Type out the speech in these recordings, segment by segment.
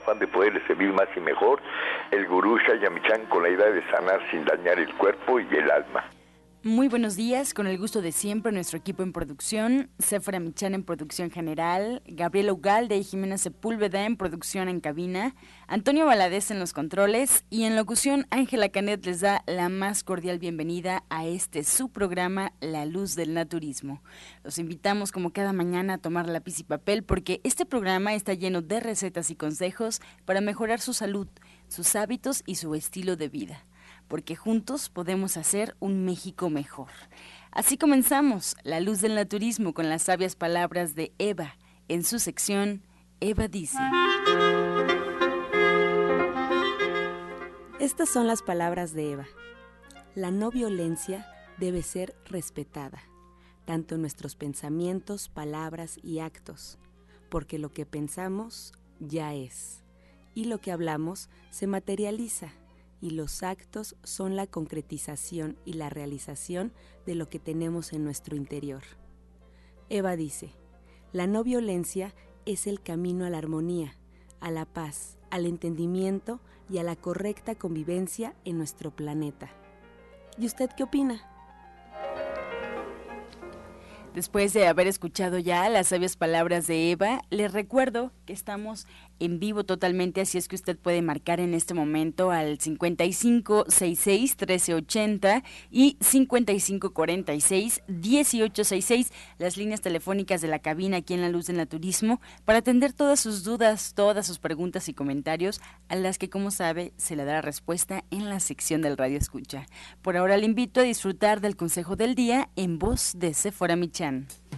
afán de poderles servir más y mejor, el gurú Shayamichan con la idea de sanar sin dañar el cuerpo y el alma. Muy buenos días, con el gusto de siempre, nuestro equipo en producción, Séfora Michan en producción general, Gabriela Ugalde y Jimena Sepúlveda en producción en cabina, Antonio Valadez en los controles y en locución Ángela Canet les da la más cordial bienvenida a su programa La Luz del Naturismo. Los invitamos como cada mañana a tomar lápiz y papel porque este programa está lleno de recetas y consejos para mejorar su salud, sus hábitos y su estilo de vida, porque juntos podemos hacer un México mejor. Así comenzamos La Luz del Naturismo con las sabias palabras de Eva en su sección Eva dice. Estas son las palabras de Eva. La no violencia debe ser respetada, tanto en nuestros pensamientos, palabras y actos, porque lo que pensamos ya es, y lo que hablamos se materializa, y los actos son la concretización y la realización de lo que tenemos en nuestro interior. Eva dice, la no violencia es el camino a la armonía, a la paz, al entendimiento y a la correcta convivencia en nuestro planeta. ¿Y usted qué opina? Después de haber escuchado ya las sabias palabras de Eva, les recuerdo que estamos en vivo totalmente, así es que usted puede marcar en este momento al 5566-1380 y 5546-1866, las líneas telefónicas de la cabina aquí en La Luz del Naturismo, para atender todas sus dudas, todas sus preguntas y comentarios, a las que, como sabe, se le dará respuesta en la sección del Radio Escucha. Por ahora le invito a disfrutar del consejo del día en voz de Séfora Michan.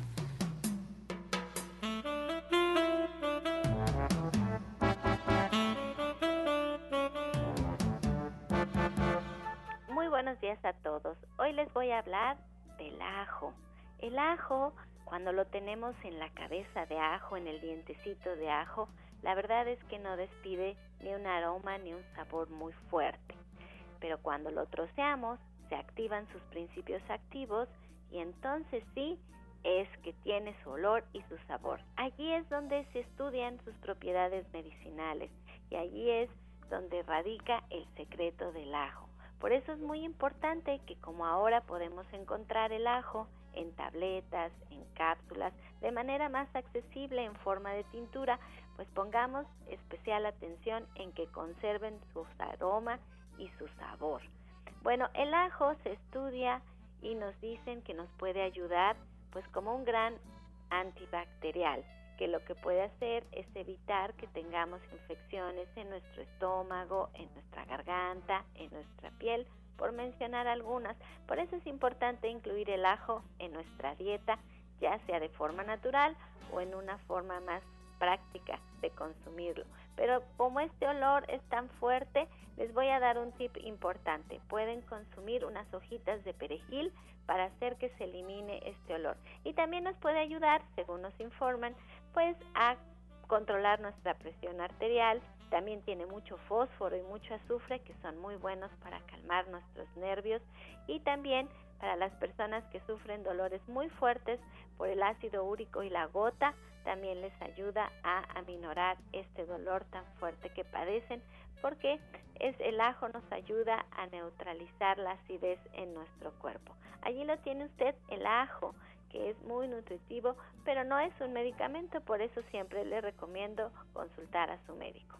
Muy buenos días a todos. Hoy les voy a hablar del ajo. El ajo, cuando lo tenemos en la cabeza de ajo, en el dientecito de ajo, la verdad es que no despide ni un aroma ni un sabor muy fuerte. Pero cuando lo troceamos, se activan sus principios activos y entonces sí, es que tiene su olor y su sabor. Allí es donde se estudian sus propiedades medicinales y allí es donde radica el secreto del ajo. Por eso es muy importante que, como ahora podemos encontrar el ajo en tabletas, en cápsulas, de manera más accesible en forma de tintura, pues pongamos especial atención en que conserven su aroma y su sabor. Bueno, el ajo se estudia y nos dicen que nos puede ayudar pues como un gran antibacterial, que lo que puede hacer es evitar que tengamos infecciones en nuestro estómago, en nuestra garganta, en nuestra piel, por mencionar algunas. Por eso es importante incluir el ajo en nuestra dieta, ya sea de forma natural o en una forma más práctica de consumirlo. Pero como este olor es tan fuerte, les voy a dar un tip importante. Pueden consumir unas hojitas de perejil para hacer que se elimine este olor. Y también nos puede ayudar, según nos informan, pues a controlar nuestra presión arterial. También tiene mucho fósforo y mucho azufre, que son muy buenos para calmar nuestros nervios. Y también para las personas que sufren dolores muy fuertes por el ácido úrico y la gota, también les ayuda a aminorar este dolor tan fuerte que padecen, porque el ajo nos ayuda a neutralizar la acidez en nuestro cuerpo. Allí lo tiene usted, el ajo, que es muy nutritivo, pero no es un medicamento, por eso siempre le recomiendo consultar a su médico.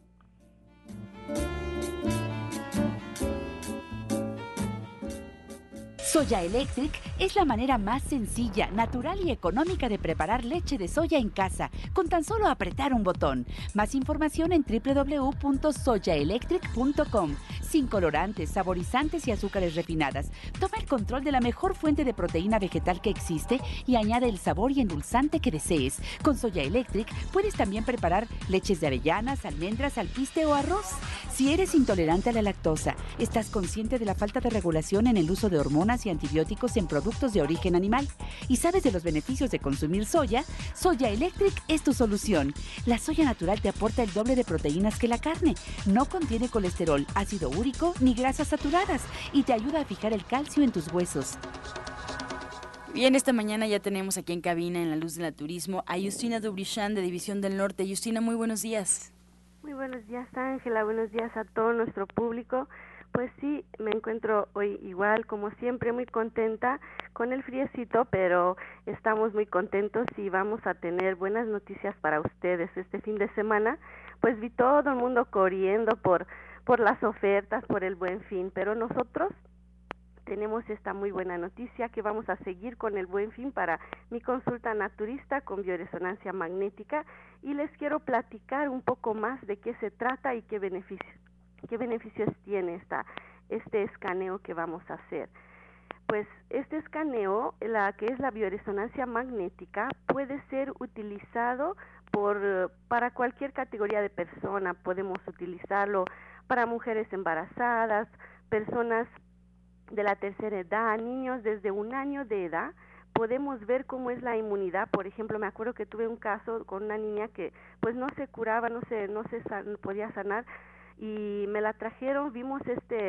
Soya Electric es la manera más sencilla, natural y económica de preparar leche de soya en casa, con tan solo apretar un botón. Más información en www.soyaelectric.com. Sin colorantes, saborizantes y azúcares refinadas. Toma el control de la mejor fuente de proteína vegetal que existe y añade el sabor y endulzante que desees. Con Soya Electric puedes también preparar leches de avellanas, almendras, alpiste o arroz. Si eres intolerante a la lactosa, estás consciente de la falta de regulación en el uso de hormonas y antibióticos en productos de origen animal y sabes de los beneficios de consumir soya, Soya Electric es tu solución. La soya natural te aporta el doble de proteínas que la carne, no contiene colesterol, ácido úrico ni grasas saturadas y te ayuda a fijar el calcio en tus huesos. Bien, esta mañana ya tenemos aquí en cabina, en La Luz del Naturismo, a Justina Dubrichan de División del Norte. Justina, muy buenos días. Muy buenos días, Ángela, buenos días a todo nuestro público. Pues sí, me encuentro hoy igual, como siempre, muy contenta con el friecito, pero estamos muy contentos y vamos a tener buenas noticias para ustedes este fin de semana. Pues vi todo el mundo corriendo por las ofertas, por el Buen Fin, pero nosotros tenemos esta muy buena noticia que vamos a seguir con el Buen Fin para mi consulta naturista con bioresonancia magnética y les quiero platicar un poco más de qué se trata y qué beneficios tiene este escaneo que vamos a hacer. Pues este escaneo, la que es la bioresonancia magnética, puede ser utilizado para cualquier categoría de persona. Podemos utilizarlo para mujeres embarazadas, personas de la tercera edad, niños desde 1 año de edad. Podemos ver cómo es la inmunidad. Por ejemplo, me acuerdo que tuve un caso con una niña que pues no se curaba, no podía sanar, y me la trajeron, vimos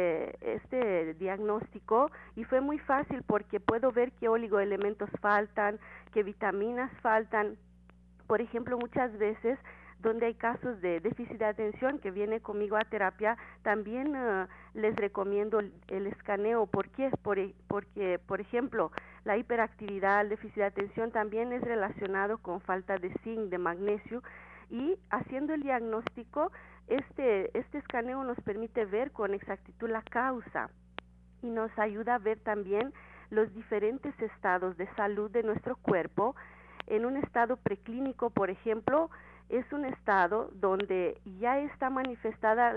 este diagnóstico y fue muy fácil porque puedo ver qué oligoelementos faltan, qué vitaminas faltan. Por ejemplo, muchas veces donde hay casos de déficit de atención que viene conmigo a terapia, también les recomiendo el escaneo. ¿Por qué? Porque, por ejemplo, la hiperactividad, el déficit de atención también es relacionado con falta de zinc, de magnesio, y haciendo el diagnóstico, este escaneo nos permite ver con exactitud la causa y nos ayuda a ver también los diferentes estados de salud de nuestro cuerpo. En un estado preclínico, por ejemplo, es un estado donde ya está manifestada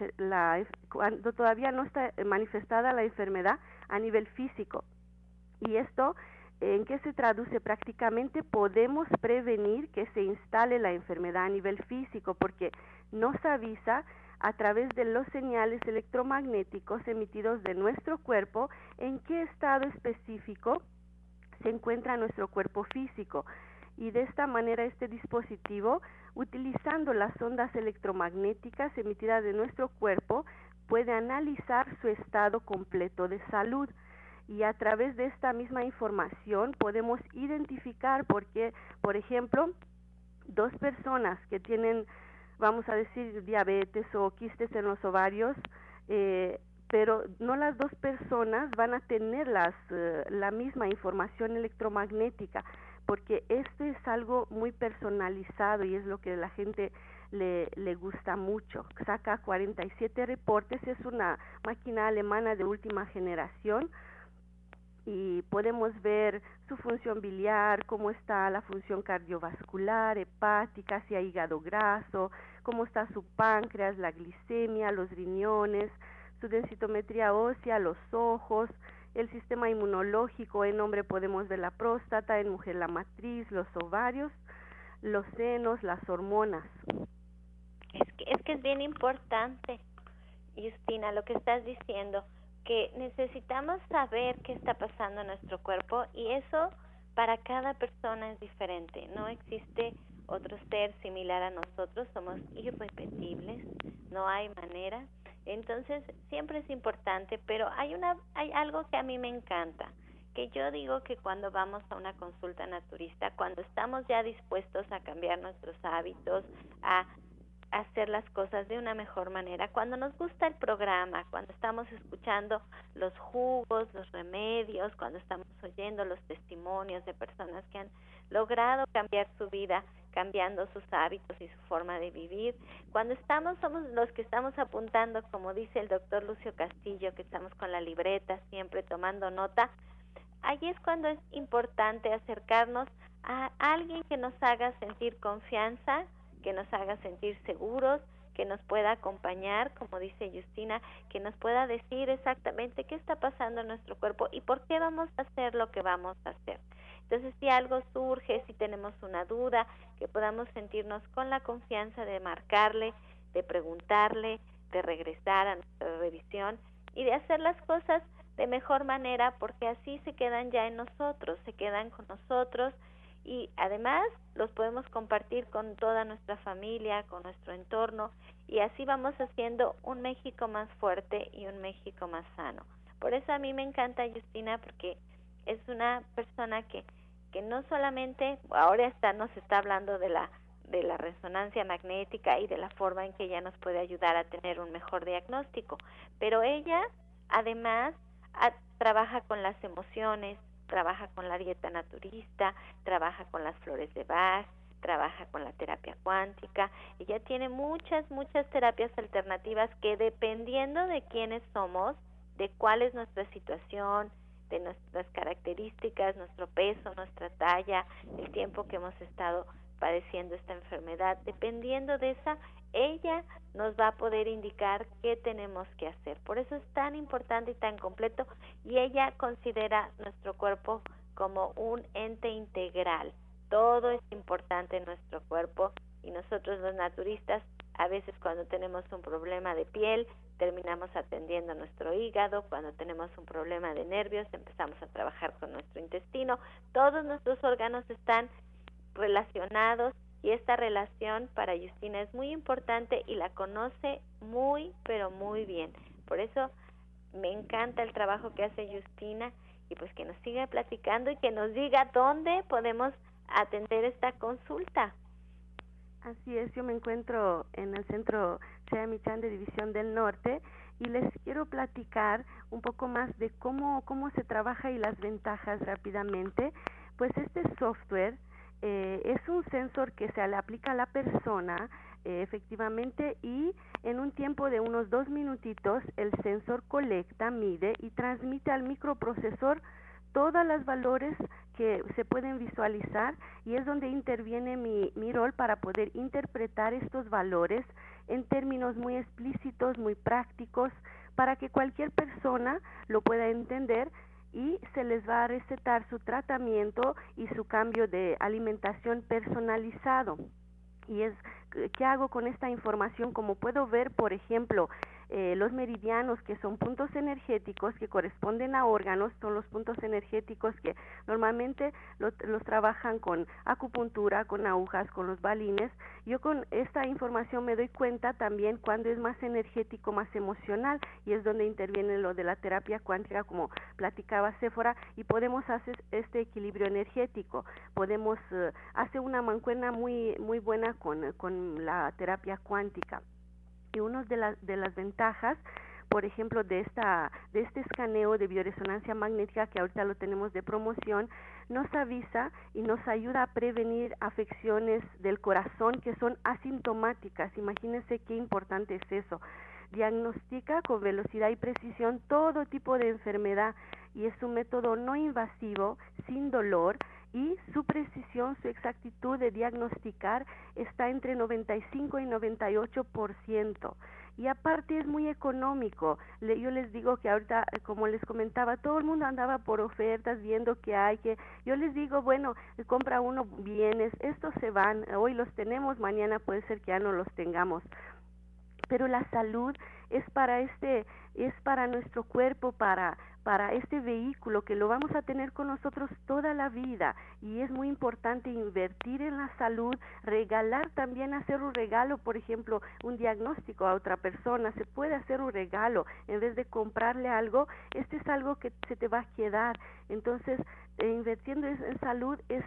cuando todavía no está manifestada la enfermedad a nivel físico. ¿Y esto en qué se traduce? Prácticamente podemos prevenir que se instale la enfermedad a nivel físico, porque nos avisa a través de los señales electromagnéticos emitidos de nuestro cuerpo en qué estado específico se encuentra nuestro cuerpo físico. Y de esta manera este dispositivo, utilizando las ondas electromagnéticas emitidas de nuestro cuerpo, puede analizar su estado completo de salud. Y a través de esta misma información podemos identificar porque, por ejemplo, 2 personas que tienen, vamos a decir, diabetes o quistes en los ovarios, pero no las 2 personas van a tener la misma información electromagnética, porque esto es algo muy personalizado y es lo que a la gente le gusta mucho. Saca 47 reportes, es una máquina alemana de última generación, y podemos ver su función biliar, cómo está la función cardiovascular, hepática, si hay hígado graso, cómo está su páncreas, la glicemia, los riñones, su densitometría ósea, los ojos, el sistema inmunológico. En hombre podemos ver la próstata, en mujer la matriz, los ovarios, los senos, las hormonas. Es que es bien importante, Justina, lo que estás diciendo, que necesitamos saber qué está pasando en nuestro cuerpo, y eso para cada persona es diferente. No existe otro ser similar a nosotros, somos irrepetibles, no hay manera. Entonces siempre es importante, pero hay algo que a mí me encanta, que yo digo que cuando vamos a una consulta naturista, cuando estamos ya dispuestos a cambiar nuestros hábitos, a hacer las cosas de una mejor manera, cuando nos gusta el programa, cuando estamos escuchando los jugos, los remedios, cuando estamos oyendo los testimonios de personas que han logrado cambiar su vida, cambiando sus hábitos y su forma de vivir, cuando somos los que estamos apuntando, como dice el doctor Lucio Castillo, que estamos con la libreta siempre tomando nota, allí es cuando es importante acercarnos a alguien que nos haga sentir confianza, que nos haga sentir seguros, que nos pueda acompañar, como dice Justina, que nos pueda decir exactamente qué está pasando en nuestro cuerpo y por qué vamos a hacer lo que vamos a hacer. Entonces, si algo surge, si tenemos una duda, que podamos sentirnos con la confianza de marcarle, de preguntarle, de regresar a nuestra revisión y de hacer las cosas de mejor manera, porque así se quedan ya en nosotros, se quedan con nosotros, y además los podemos compartir con toda nuestra familia, con nuestro entorno, y así vamos haciendo un México más fuerte y un México más sano. Por eso a mí me encanta Justina, porque es una persona que no solamente ahora nos está hablando de de la resonancia magnética y de la forma en que ella nos puede ayudar a tener un mejor diagnóstico. Pero ella, además, trabaja con las emociones, trabaja con la dieta naturista, trabaja con las flores de Bach, trabaja con la terapia cuántica. Ella tiene muchas terapias alternativas que, dependiendo de quiénes somos, de cuál es nuestra situación, de nuestras características, nuestro peso, nuestra talla, el tiempo que hemos estado padeciendo esta enfermedad, dependiendo de esa, ella nos va a poder indicar qué tenemos que hacer. Por eso es tan importante y tan completo, y ella considera nuestro cuerpo como un ente integral. Todo es importante en nuestro cuerpo, y nosotros los naturistas, a veces cuando tenemos un problema de piel, terminamos atendiendo nuestro hígado. Cuando tenemos un problema de nervios, empezamos a trabajar con nuestro intestino. Todos nuestros órganos están relacionados, y esta relación para Justina es muy importante y la conoce muy, pero muy bien. Por eso me encanta el trabajo que hace Justina, y pues que nos siga platicando y que nos diga dónde podemos atender esta consulta. Así es, yo me encuentro en el Centro Shea Michan de División del Norte, y les quiero platicar un poco más de cómo se trabaja y las ventajas rápidamente. Pues este software es un sensor que se le aplica a la persona efectivamente, y en un tiempo de unos 2 minutitos el sensor colecta, mide y transmite al microprocesor todos los valores que se pueden visualizar, y es donde interviene mi rol para poder interpretar estos valores en términos muy explícitos, muy prácticos, para que cualquier persona lo pueda entender, y se les va a recetar su tratamiento y su cambio de alimentación personalizado. Y es, ¿qué hago con esta información? Como puedo ver, por ejemplo, los meridianos, que son puntos energéticos que corresponden a órganos, son los puntos energéticos que normalmente los trabajan con acupuntura, con agujas, con los balines. Yo con esta información me doy cuenta también cuando es más energético, más emocional, y es donde interviene lo de la terapia cuántica, como platicaba Séfora, y podemos hacer este equilibrio energético. Podemos hacer una mancuerna muy buena con la terapia cuántica. Y una de las ventajas, por ejemplo, de este escaneo de bioresonancia magnética, que ahorita lo tenemos de promoción, nos avisa y nos ayuda a prevenir afecciones del corazón que son asintomáticas. Imagínense qué importante es eso. Diagnostica con velocidad y precisión todo tipo de enfermedad, y es un método no invasivo, sin dolor, y su precisión, su exactitud de diagnosticar está entre 95 y 98%. Y aparte es muy económico. Yo les digo que ahorita, como les comentaba, todo el mundo andaba por ofertas viendo que hay, que yo les digo, bueno, compra uno bienes, estos se van, hoy los tenemos, mañana puede ser que ya no los tengamos. Pero la salud es para nuestro cuerpo, para este vehículo que lo vamos a tener con nosotros toda la vida, y es muy importante invertir en la salud, regalar también, hacer un regalo, por ejemplo, un diagnóstico a otra persona, se puede hacer un regalo, en vez de comprarle algo, este es algo que se te va a quedar. Entonces, invirtiendo en salud es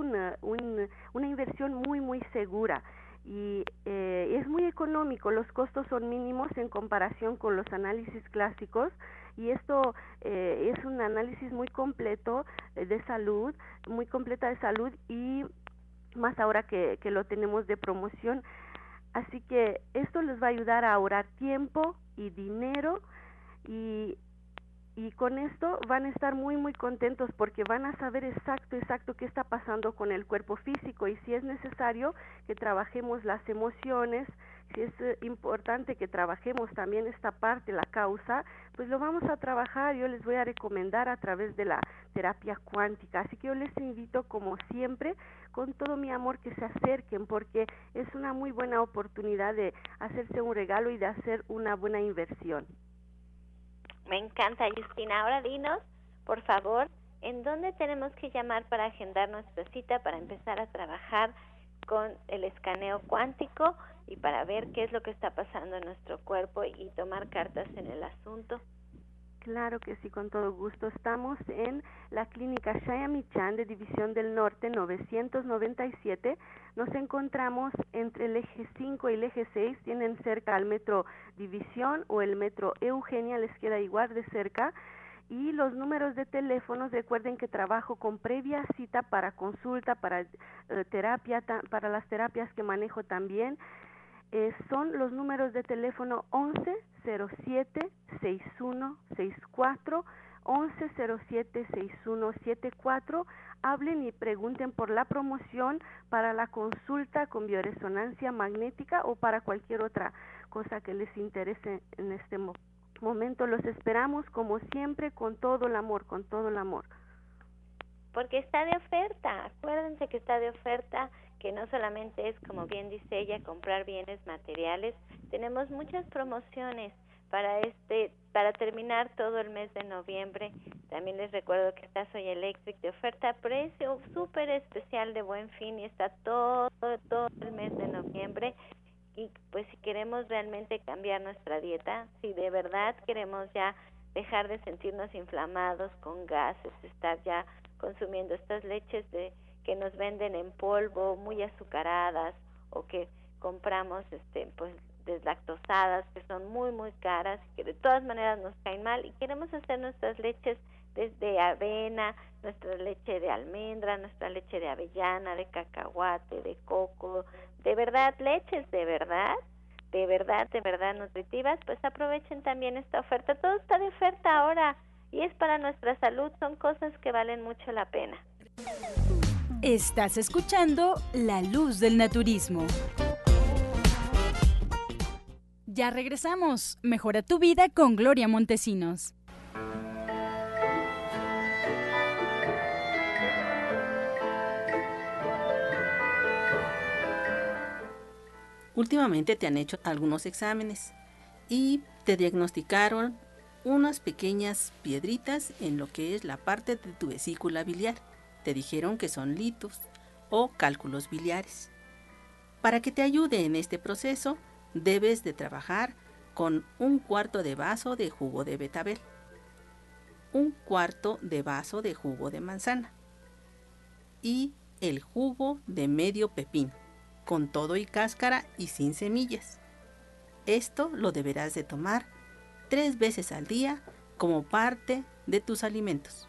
una inversión muy segura. Y es muy económico, los costos son mínimos en comparación con los análisis clásicos, y esto es un análisis muy completo de salud, muy completa de salud, y más ahora que lo tenemos de promoción. Así que esto les va a ayudar a ahorrar tiempo y dinero, y con esto van a estar muy contentos, porque van a saber exacto qué está pasando con el cuerpo físico, y si es necesario que trabajemos las emociones, si es importante que trabajemos también esta parte, la causa, pues lo vamos a trabajar. Yo les voy a recomendar a través de la terapia cuántica. Así que yo les invito, como siempre, con todo mi amor, que se acerquen, porque es una muy buena oportunidad de hacerse un regalo y de hacer una buena inversión. Me encanta, Justina. Ahora dinos, por favor, ¿en dónde tenemos que llamar para agendar nuestra cita, para empezar a trabajar con el escaneo cuántico y para ver qué es lo que está pasando en nuestro cuerpo y tomar cartas en el asunto? Claro que sí, con todo gusto. Estamos en la clínica Shaya Michan de División del Norte 997. Nos encontramos entre el eje 5 y el eje 6. Tienen cerca al metro División o el metro Eugenia, les queda igual de cerca. Y los números de teléfonos, recuerden que trabajo con previa cita para consulta, para terapia, para las terapias que manejo también. Son los números de teléfono 1107-6164, 1107-6174. Hablen y pregunten por la promoción para la consulta con bioresonancia magnética o para cualquier otra cosa que les interese en este momento. Los esperamos como siempre con todo el amor, con todo el amor. Porque está de oferta, acuérdense que está de oferta, que no solamente es, como bien dice ella, comprar bienes materiales. Tenemos muchas promociones para terminar todo el mes de noviembre. También les recuerdo que está Soya Electric de oferta a precio súper especial de Buen Fin y está todo el mes de noviembre. Y pues si queremos realmente cambiar nuestra dieta, si de verdad queremos ya dejar de sentirnos inflamados con gases, estar ya consumiendo estas leches que nos venden en polvo, muy azucaradas, o que compramos pues deslactosadas, que son muy muy caras, que de todas maneras nos caen mal, y queremos hacer nuestras leches desde avena, nuestra leche de almendra, nuestra leche de avellana, de cacahuate, de coco, de verdad, leches de verdad nutritivas. Pues aprovechen también esta oferta. Todo está de oferta ahora y es para nuestra salud, son cosas que valen mucho la pena. Estás escuchando La Luz del Naturismo. Ya regresamos. Mejora tu vida con Gloria Montesinos. Últimamente te han hecho algunos exámenes y te diagnosticaron unas pequeñas piedritas en lo que es la parte de tu vesícula biliar. Te dijeron que son litos o cálculos biliares. Para que te ayude en este proceso, debes de trabajar con 1/4 de vaso de jugo de betabel, 1/4 de vaso de jugo de manzana y el jugo de medio pepino, con todo y cáscara y sin semillas. Esto lo deberás de tomar 3 veces al día como parte de tus alimentos.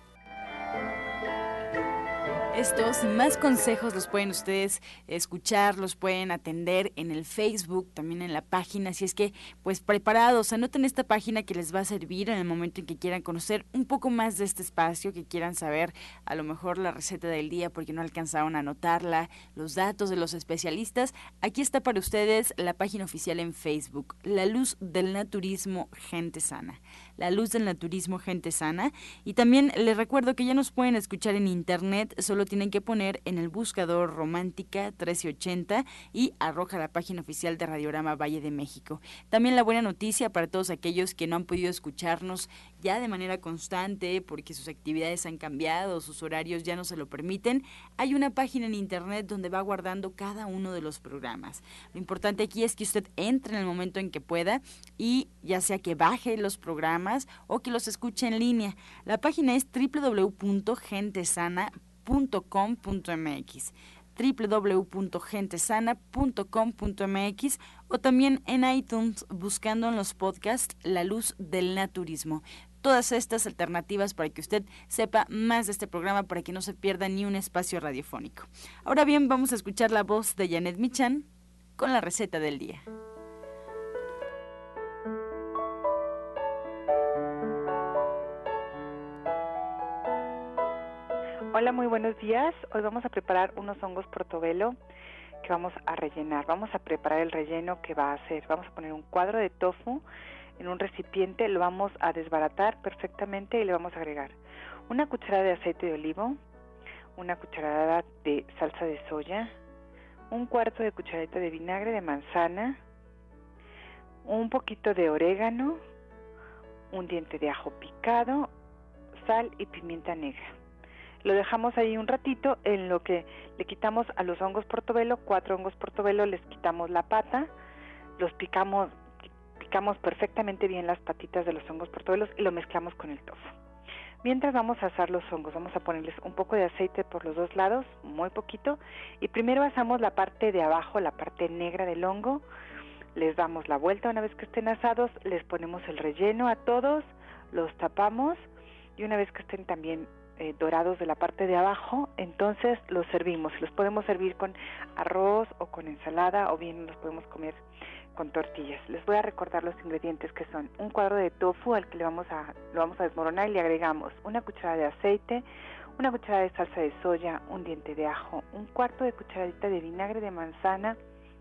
Estos y más consejos los pueden ustedes escuchar, los pueden atender en el Facebook, también en la página, si es que pues preparados, anoten esta página que les va a servir en el momento en que quieran conocer un poco más de este espacio, que quieran saber a lo mejor la receta del día porque no alcanzaron a anotarla, los datos de los especialistas. Aquí está para ustedes la página oficial en Facebook, La Luz del Naturismo Gente Sana. La Luz del Naturismo Gente Sana. Y también les recuerdo que ya nos pueden escuchar en internet, solo tienen que poner en el buscador Romántica 1380 y arroja la página oficial de Radiorama Valle de México. También la buena noticia para todos aquellos que no han podido escucharnos ya de manera constante porque sus actividades han cambiado, sus horarios ya no se lo permiten, hay una página en internet donde va guardando cada uno de los programas. Lo importante aquí es que usted entre en el momento en que pueda y ya sea que baje los programas o que los escuche en línea. La página es www.gentesana.com.mx www.gentesana.com.mx o también en iTunes buscando en los podcasts La Luz del Naturismo. Todas estas alternativas para que usted sepa más de este programa, para que no se pierda ni un espacio radiofónico. Ahora bien, vamos a escuchar la voz de Janet Michan con la receta del día. Hola, muy buenos días. Hoy vamos a preparar unos hongos portobelo que vamos a rellenar. Vamos a preparar el relleno que va a hacer. Vamos a poner un cuadro de tofu en un recipiente, lo vamos a desbaratar perfectamente y le vamos a agregar una cucharada de aceite de olivo, una cucharada de salsa de soya, 1/4 de cucharadita de vinagre de manzana, un poquito de orégano, un diente de ajo picado, sal y pimienta negra. Lo dejamos ahí un ratito en lo que le quitamos a los hongos portobelo, 4 hongos portobelo, les quitamos la pata, los picamos picamos perfectamente bien las patitas de los hongos portobelos y lo mezclamos con el tofu. Mientras vamos a asar los hongos, vamos a ponerles un poco de aceite por los dos lados, muy poquito, y primero asamos la parte de abajo, la parte negra del hongo, les damos la vuelta una vez que estén asados, les ponemos el relleno a todos, los tapamos y una vez que estén también dorados de la parte de abajo, entonces los servimos. Los podemos servir con arroz o con ensalada o bien los podemos comer con tortillas. Les voy a recordar los ingredientes que son un cuadro de tofu al que lo vamos a desmoronar y le agregamos una cucharada de aceite, una cucharada de salsa de soya, un diente de ajo, un cuarto de cucharadita de vinagre de manzana,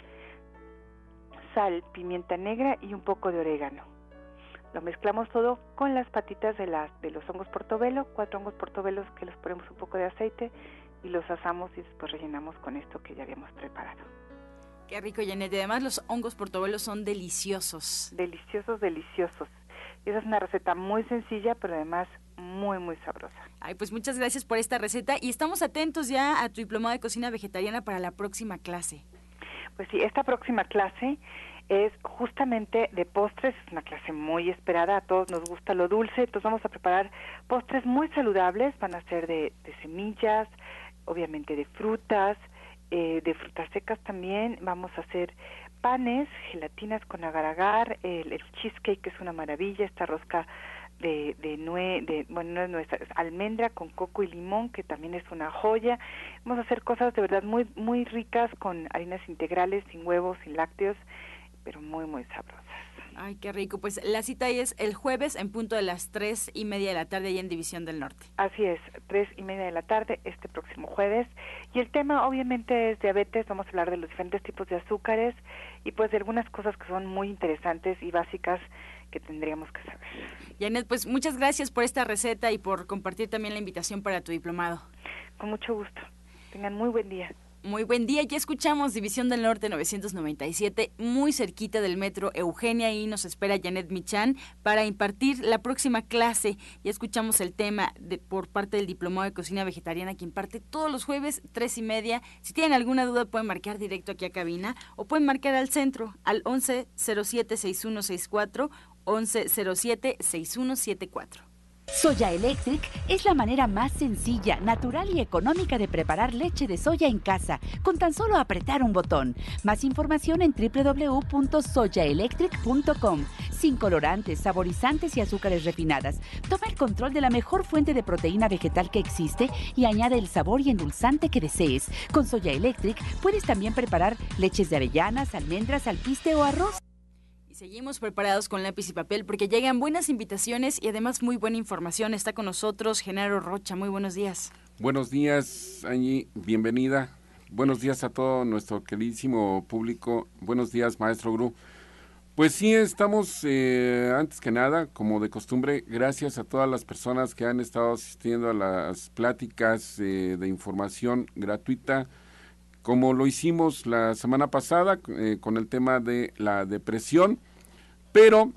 sal, pimienta negra y un poco de orégano. Lo mezclamos todo con las patitas de los hongos portobelo, 4 hongos portobelos que los ponemos un poco de aceite y los asamos y después rellenamos con esto que ya habíamos preparado. Qué rico, Janet. Y además los hongos portobelos son deliciosos. Deliciosos, deliciosos. Esa es una receta muy sencilla, pero además muy, muy sabrosa. Ay, pues muchas gracias por esta receta y estamos atentos ya a tu diplomado de cocina vegetariana para la próxima clase. Pues sí, esta próxima clase es justamente de postres, es una clase muy esperada, a todos nos gusta lo dulce, entonces vamos a preparar postres muy saludables, van a ser de semillas, obviamente de frutas secas también, vamos a hacer panes, gelatinas con agar-agar, el cheesecake que es una maravilla, esta rosca de almendra con coco y limón que también es una joya. Vamos a hacer cosas de verdad muy, muy ricas con harinas integrales, sin huevos, sin lácteos, pero muy, muy sabrosas. Ay, qué rico. Pues la cita es el jueves en punto de las 3:30 de la tarde allá en División del Norte. Así es, 3:30 de la tarde este próximo jueves. Y el tema obviamente es diabetes, vamos a hablar de los diferentes tipos de azúcares y pues de algunas cosas que son muy interesantes y básicas que tendríamos que saber. Janet, pues muchas gracias por esta receta y por compartir también la invitación para tu diplomado. Con mucho gusto. Tengan muy buen día. Muy buen día, ya escuchamos División del Norte 997, muy cerquita del metro Eugenia, y nos espera Janet Michan para impartir la próxima clase. Ya escuchamos el tema por parte del Diplomado de Cocina Vegetariana que imparte todos los jueves 3:30. Si tienen alguna duda pueden marcar directo aquí a cabina o pueden marcar al centro al 1107-6164, 1107-6174. Soya Electric es la manera más sencilla, natural y económica de preparar leche de soya en casa, con tan solo apretar un botón. Más información en www.soyaelectric.com. Sin colorantes, saborizantes y azúcares refinadas. Toma el control de la mejor fuente de proteína vegetal que existe y añade el sabor y endulzante que desees. Con Soya Electric puedes también preparar leches de avellanas, almendras, alpiste o arroz. Seguimos preparados con lápiz y papel porque llegan buenas invitaciones y además muy buena información. Está con nosotros Genaro Rocha. Muy buenos días. Buenos días, Angie. Bienvenida. Buenos días a todo nuestro queridísimo público. Buenos días, maestro Gru. Pues sí, estamos, antes que nada, como de costumbre, gracias a todas las personas que han estado asistiendo a las pláticas de información gratuita, como lo hicimos la semana pasada con el tema de la depresión. Pero,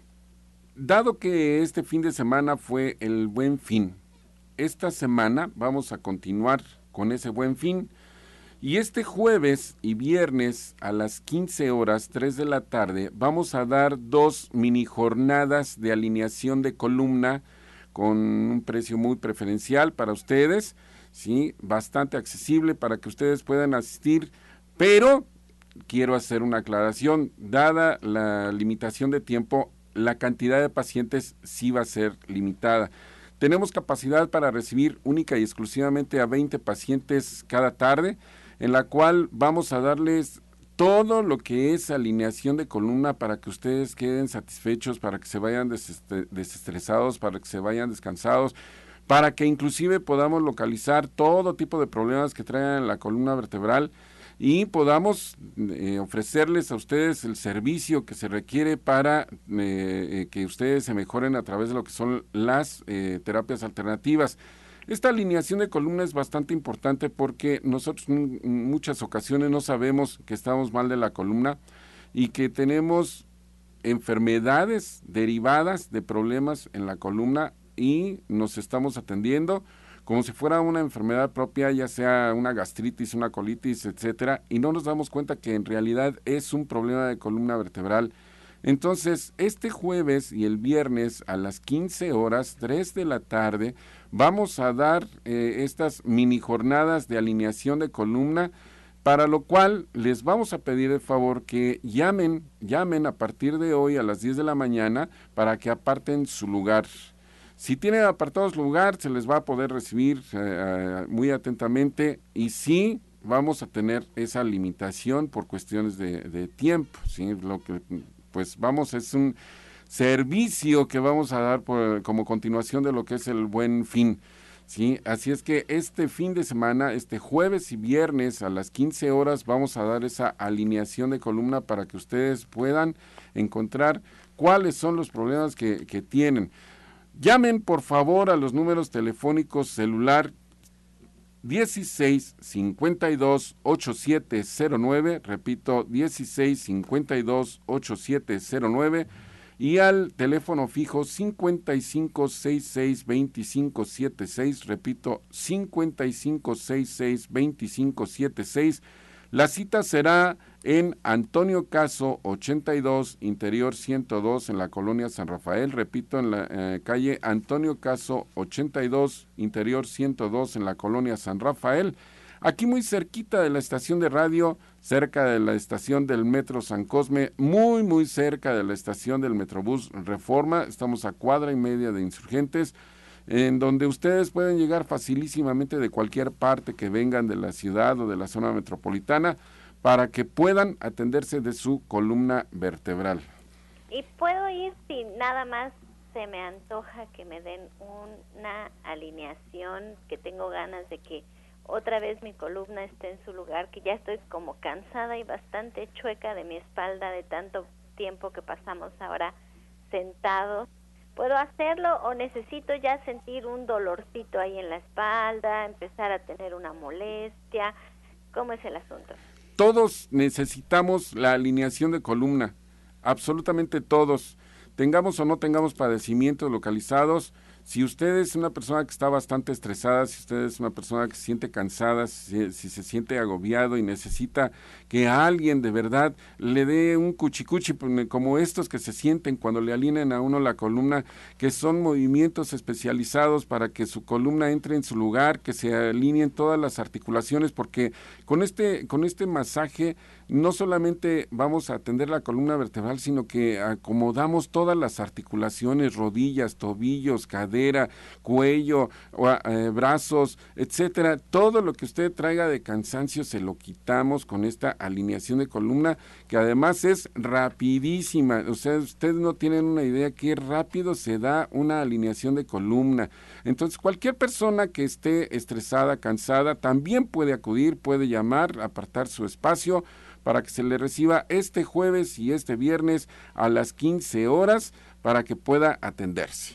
dado que este fin de semana fue el Buen Fin, esta semana vamos a continuar con ese Buen Fin. Y este jueves y viernes a las 15 horas, 3 de la tarde, vamos a dar 2 mini jornadas de alineación de columna con un precio muy preferencial para ustedes, ¿sí? Bastante accesible para que ustedes puedan asistir, pero quiero hacer una aclaración, dada la limitación de tiempo, la cantidad de pacientes sí va a ser limitada. Tenemos capacidad para recibir única y exclusivamente a 20 pacientes cada tarde, en la cual vamos a darles todo lo que es alineación de columna para que ustedes queden satisfechos, para que se vayan desestresados, para que se vayan descansados, para que inclusive podamos localizar todo tipo de problemas que traigan la columna vertebral y podamos ofrecerles a ustedes el servicio que se requiere para que ustedes se mejoren a través de lo que son las terapias alternativas. Esta alineación de columna es bastante importante porque nosotros en muchas ocasiones no sabemos que estamos mal de la columna y que tenemos enfermedades derivadas de problemas en la columna y nos estamos atendiendo como si fuera una enfermedad propia, ya sea una gastritis, una colitis, etcétera, y no nos damos cuenta que en realidad es un problema de columna vertebral Entonces, este jueves y el viernes a las 15 horas, 3 de la tarde, vamos a dar estas mini jornadas de alineación de columna, para lo cual les vamos a pedir el favor que llamen a partir de hoy a las 10 de la mañana para que aparten su lugar. Si tienen apartados lugar, se les va a poder recibir muy atentamente, y sí vamos a tener esa limitación por cuestiones de tiempo, ¿sí? Lo que pues es un servicio que vamos a dar como continuación de lo que es el Buen Fin. Sí, así es que este fin de semana, este jueves y viernes a las 15 horas, vamos a dar esa alineación de columna para que ustedes puedan encontrar cuáles son los problemas que tienen. Llamen por favor a los números telefónicos celular 16 52 8709, repito, 16 52 8709, y al teléfono fijo 55 66 25 76, repito, 55 66 25 76. La cita será en Antonio Caso 82, Interior 102, en la colonia San Rafael, repito, en la calle Antonio Caso 82, Interior 102, en la colonia San Rafael, aquí muy cerquita de la estación de radio, cerca de la estación del Metro San Cosme, muy cerca de la estación del Metrobús Reforma. Estamos a cuadra y media de Insurgentes, en donde ustedes pueden llegar facilísimamente de cualquier parte que vengan de la ciudad o de la zona metropolitana, para que puedan atenderse de su columna vertebral. Y puedo ir si nada más se me antoja que me den una alineación, que tengo ganas de que otra vez mi columna esté en su lugar, que ya estoy como cansada y bastante chueca de mi espalda de tanto tiempo que pasamos ahora sentados. ¿Puedo hacerlo o necesito ya sentir un dolorcito ahí en la espalda, empezar a tener una molestia? ¿Cómo es el asunto? Todos necesitamos la alineación de columna, absolutamente todos, tengamos o no tengamos padecimientos localizados. Si usted es una persona que está bastante estresada, si usted es una persona que se siente cansada, si se siente agobiado y necesita que alguien de verdad le dé un cuchicuchi, como estos que se sienten cuando le alinean a uno la columna, que son movimientos especializados para que su columna entre en su lugar, que se alineen todas las articulaciones, porque con este masaje no solamente vamos a atender la columna vertebral, sino que acomodamos todas las articulaciones, rodillas, tobillos, cadera, cuello, brazos, etcétera. Todo lo que usted traiga de cansancio se lo quitamos con esta alineación de columna, que además es rapidísima. O sea, ustedes no tienen una idea qué rápido se da una alineación de columna. Entonces, cualquier persona que esté estresada, cansada, también puede acudir, puede llamar, apartar su espacio para que se le reciba este jueves y este viernes a las 15 horas para que pueda atenderse.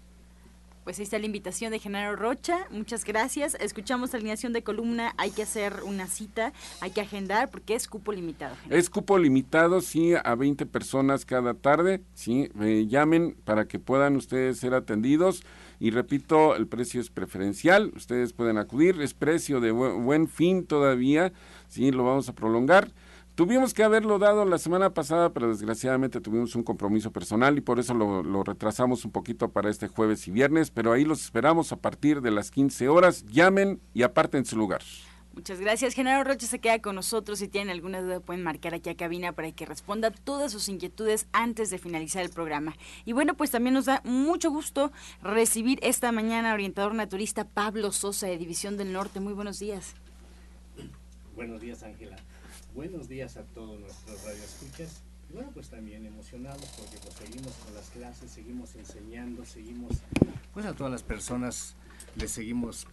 Pues ahí está la invitación de Genaro Rocha, muchas gracias. Escuchamos alineación de columna, hay que hacer una cita, hay que agendar porque es cupo limitado. Es cupo limitado, sí, a 20 personas cada tarde, sí, llamen para que puedan ustedes ser atendidos. Y repito, el precio es preferencial, ustedes pueden acudir, es precio de buen fin todavía, sí, lo vamos a prolongar. Tuvimos que haberlo dado la semana pasada, pero desgraciadamente tuvimos un compromiso personal y por eso lo retrasamos un poquito para este jueves y viernes, pero ahí los esperamos a partir de las 15 horas. Llamen y aparten su lugar. Muchas gracias. Genaro Rocha se queda con nosotros. Si tienen alguna duda pueden marcar aquí a cabina para que responda todas sus inquietudes antes de finalizar el programa. Y bueno, pues también nos da mucho gusto recibir esta mañana orientador naturista Pablo Sosa de División del Norte. Muy buenos días. Buenos días, Ángela. Buenos días a todos nuestros radioescuchas. Bueno, pues también emocionados porque pues seguimos con las clases, seguimos enseñando, seguimos, pues a todas las personas les seguimos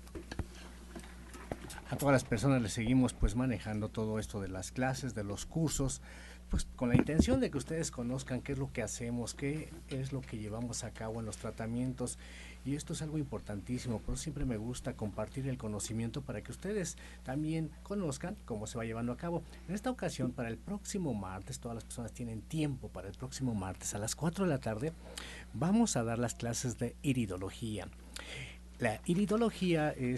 pues manejando todo esto de las clases, de los cursos, pues con la intención de que ustedes conozcan qué es lo que hacemos, qué es lo que llevamos a cabo en los tratamientos. Y esto es algo importantísimo, por eso siempre me gusta compartir el conocimiento para que ustedes también conozcan cómo se va llevando a cabo. En esta ocasión, para el próximo martes, todas las personas tienen tiempo para el próximo martes a las 4 de la tarde, vamos a dar las clases de iridología. La iridología es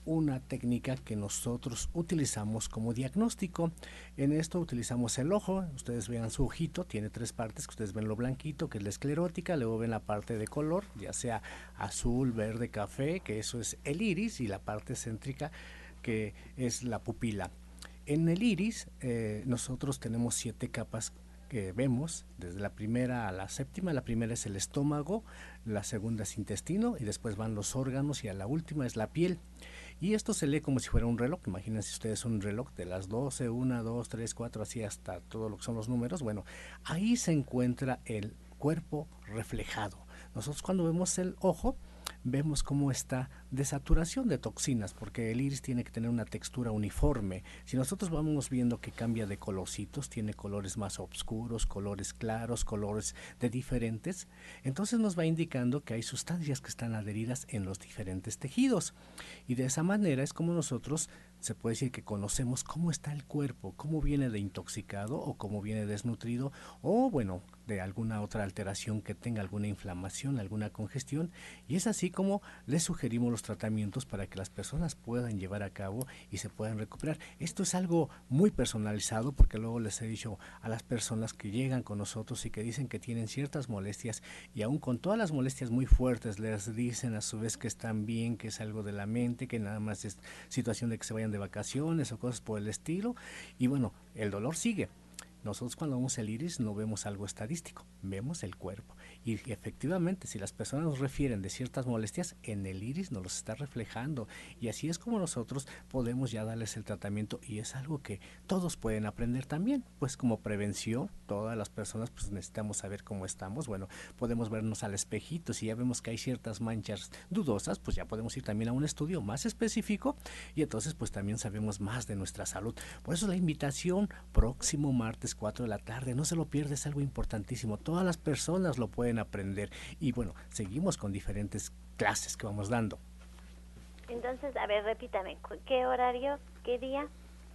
una técnica que nosotros utilizamos como diagnóstico. En esto utilizamos el ojo. Ustedes vean su ojito, tiene 3 partes, que ustedes ven lo blanquito, que es la esclerótica, luego ven la parte de color, ya sea azul, verde, café, que eso es el iris, y la parte céntrica, que es la pupila. En el iris nosotros tenemos 7 capas que vemos, desde la primera a la séptima. La primera es el estómago, la segunda es intestino, y después van los órganos, y a la última es la piel. Y esto se lee como si fuera un reloj. Imagínense ustedes un reloj de las 12, 1, 2, 3, 4, así hasta todo lo que son los números. Bueno, ahí se encuentra el cuerpo reflejado. Nosotros cuando vemos el ojo, vemos cómo está de saturación de toxinas, porque el iris tiene que tener una textura uniforme. Si nosotros vamos viendo que cambia de colorcitos, tiene colores más oscuros, colores claros, colores de diferentes, entonces nos va indicando que hay sustancias que están adheridas en los diferentes tejidos. Y de esa manera es como nosotros, se puede decir que conocemos cómo está el cuerpo, cómo viene de intoxicado o cómo viene desnutrido, o bueno, de alguna otra alteración que tenga, alguna inflamación, alguna congestión, y es así como les sugerimos los tratamientos para que las personas puedan llevar a cabo y se puedan recuperar. Esto es algo muy personalizado, porque luego les he dicho a las personas que llegan con nosotros y que dicen que tienen ciertas molestias, y aún con todas las molestias muy fuertes les dicen a su vez que están bien, que es algo de la mente, que nada más es situación de que se vayan de vacaciones o cosas por el estilo, y bueno, el dolor sigue. Nosotros cuando vemos el iris no vemos algo estadístico, vemos el cuerpo. Y efectivamente, si las personas nos refieren de ciertas molestias, en el iris nos los está reflejando. Y así es como nosotros podemos ya darles el tratamiento, y es algo que todos pueden aprender también. Pues como prevención, todas las personas pues necesitamos saber cómo estamos. Bueno, podemos vernos al espejito. Si ya vemos que hay ciertas manchas dudosas, pues ya podemos ir también a un estudio más específico, y entonces pues también sabemos más de nuestra salud. Por eso la invitación, próximo martes 4 de la tarde, no se lo pierdes, es algo importantísimo. Todas las personas lo pueden aprender, y bueno, seguimos con diferentes clases que vamos dando. Entonces, a ver, repítame, ¿qué horario, qué día?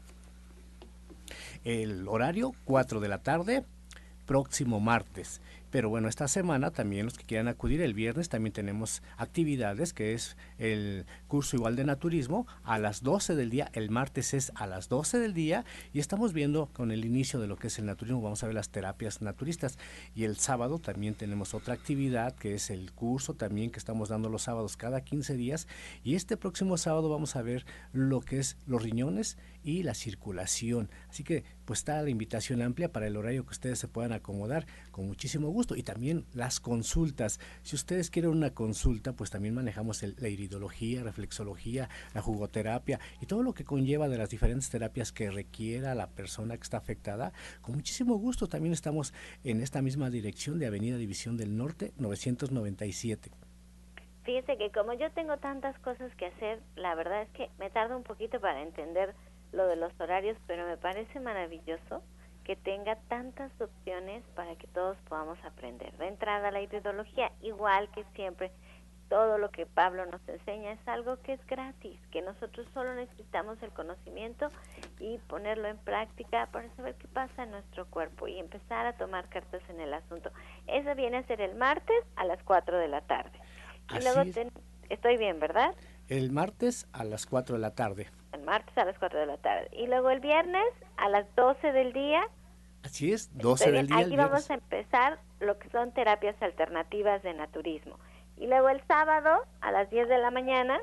El horario, 4 de la tarde, próximo martes. Pero bueno, esta semana también los que quieran acudir, el viernes también tenemos actividades, que es el curso igual de naturismo a las 12 del día, el martes es a las 12 del día, y estamos viendo con el inicio de lo que es el naturismo, vamos a ver las terapias naturistas, y el sábado también tenemos otra actividad, que es el curso también que estamos dando los sábados cada 15 días, y este próximo sábado vamos a ver lo que es los riñones y la circulación. Así que pues está la invitación amplia para el horario que ustedes se puedan acomodar con muchísimo gusto. Y también las consultas. Si ustedes quieren una consulta, pues también manejamos la iridología, reflexología, la jugoterapia y todo lo que conlleva de las diferentes terapias que requiera la persona que está afectada. Con muchísimo gusto también estamos en esta misma dirección de Avenida División del Norte 997. Fíjese que como yo tengo tantas cosas que hacer, la verdad es que me tarda un poquito para entender lo de los horarios, pero me parece maravilloso que tenga tantas opciones para que todos podamos aprender. De entrada, la iridología, igual que siempre, todo lo que Pablo nos enseña es algo que es gratis, que nosotros solo necesitamos el conocimiento y ponerlo en práctica para saber qué pasa en nuestro cuerpo y empezar a tomar cartas en el asunto. Eso viene a ser el martes a las 4 de la tarde. Y luego estoy bien, ¿verdad? El martes a las 4 de la tarde. El martes a las 4 de la tarde. Y luego el viernes a las 12 del día. Así es, 12 del día. Aquí vamos a empezar lo que son terapias alternativas de naturismo. Y luego el sábado a las 10 de la mañana,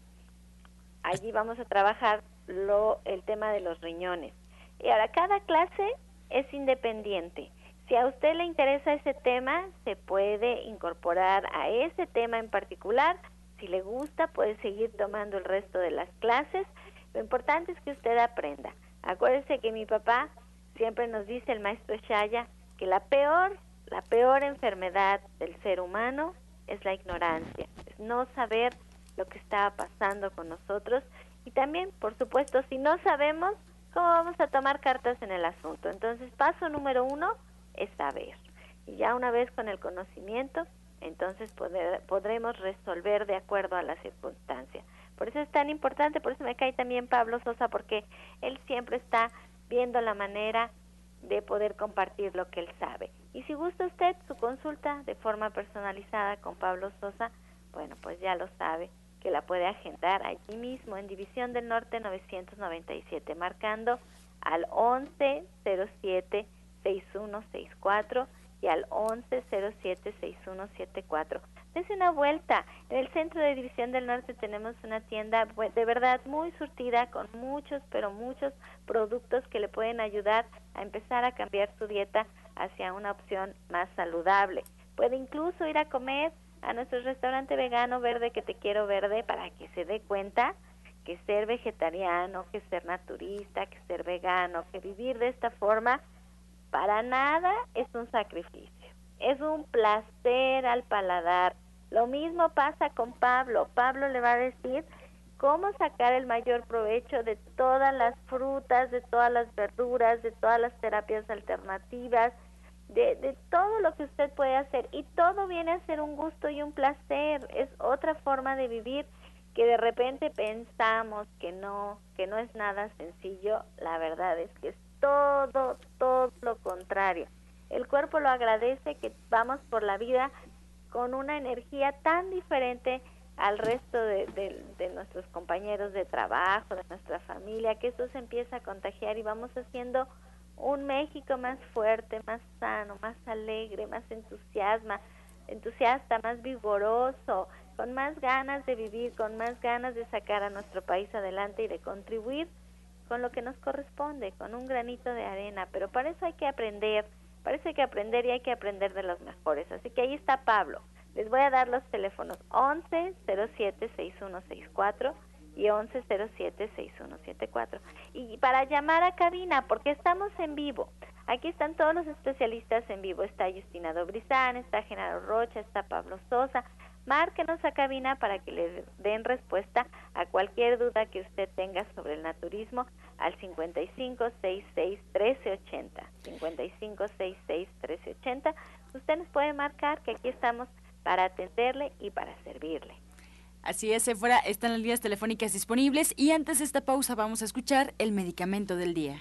allí vamos a trabajar el tema de los riñones. Y ahora, cada clase es independiente. Si a usted le interesa ese tema, se puede incorporar a ese tema en particular. Si le gusta, puede seguir tomando el resto de las clases. Lo importante es que usted aprenda. Acuérdese que mi papá siempre nos dice, el maestro Shaya, que la peor enfermedad del ser humano es la ignorancia, es no saber lo que está pasando con nosotros. Y también, por supuesto, si no sabemos, ¿cómo vamos a tomar cartas en el asunto? Entonces, paso número 1 es saber. Y ya una vez con el conocimiento, entonces podremos resolver de acuerdo a la circunstancia. Por eso es tan importante, por eso me cae también Pablo Sosa, porque él siempre está viendo la manera de poder compartir lo que él sabe. Y si gusta usted su consulta de forma personalizada con Pablo Sosa, bueno, pues ya lo sabe, que la puede agendar allí mismo en División del Norte 997, marcando al 1107-6164 y al 1107-6174. Dense una vuelta. En el centro de División del Norte tenemos una tienda de verdad muy surtida con muchos, pero muchos productos que le pueden ayudar a empezar a cambiar su dieta hacia una opción más saludable. Puede incluso ir a comer a nuestro restaurante vegano Verde que te quiero verde para que se dé cuenta que ser vegetariano, que ser naturista, que ser vegano, que vivir de esta forma para nada es un sacrificio. Es un placer al paladar. Lo mismo pasa con Pablo. Pablo le va a decir cómo sacar el mayor provecho de todas las frutas, de todas las verduras, de todas las terapias alternativas, de todo lo que usted puede hacer. Y todo viene a ser un gusto y un placer. Es otra forma de vivir que de repente pensamos que no es nada sencillo. La verdad es que es todo lo contrario. El cuerpo lo agradece, que vamos por la vida con una energía tan diferente al resto de nuestros compañeros de trabajo, de nuestra familia, que eso se empieza a contagiar y vamos haciendo un México más fuerte, más sano, más alegre, más entusiasta, más vigoroso, con más ganas de vivir, con más ganas de sacar a nuestro país adelante y de contribuir con lo que nos corresponde, con un granito de arena. Pero para eso hay que aprender y hay que aprender de los mejores. Así que ahí está Pablo. Les voy a dar los teléfonos 1107-6164 y 1107-6174. Y para llamar a cabina, porque estamos en vivo. Aquí están todos los especialistas en vivo. Está Justina Dobrizán, está Genaro Rocha, está Pablo Sosa. Márquenos a cabina para que les den respuesta a cualquier duda que usted tenga sobre el naturismo al 5566-1380. 5566-1380. Usted nos puede marcar que aquí estamos para atenderle y para servirle. Así es, Séfora, están las líneas telefónicas disponibles y antes de esta pausa vamos a escuchar el medicamento del día.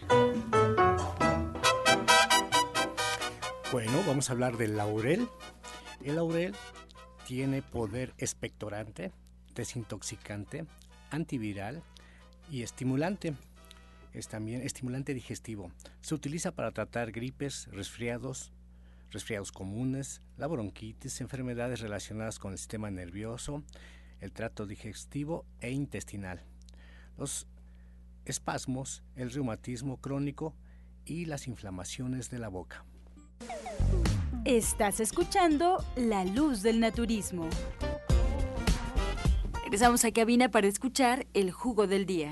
Bueno, vamos a hablar del laurel. El laurel tiene poder expectorante, desintoxicante, antiviral y estimulante. Es también estimulante digestivo. Se utiliza para tratar gripes, resfriados comunes, la bronquitis, enfermedades relacionadas con el sistema nervioso, el tracto digestivo e intestinal, los espasmos, el reumatismo crónico y las inflamaciones de la boca. Estás escuchando La Luz del Naturismo. Regresamos a cabina para escuchar el jugo del día.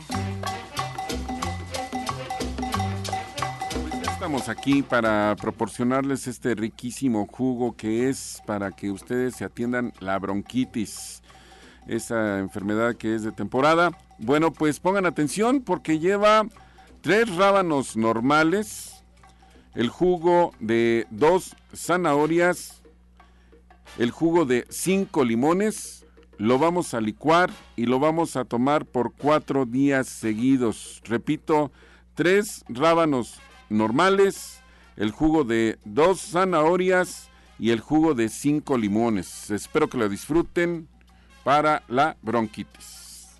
Estamos aquí para proporcionarles este riquísimo jugo que es para que ustedes se atiendan la bronquitis, esa enfermedad que es de temporada. Bueno, pues pongan atención porque lleva 3 rábanos normales, el jugo de 2 zanahorias, el jugo de 5 limones, lo vamos a licuar y lo vamos a tomar por 4 días seguidos. Repito, 3 rábanos normales, el jugo de 2 zanahorias y el jugo de 5 limones. Espero que lo disfruten para la bronquitis.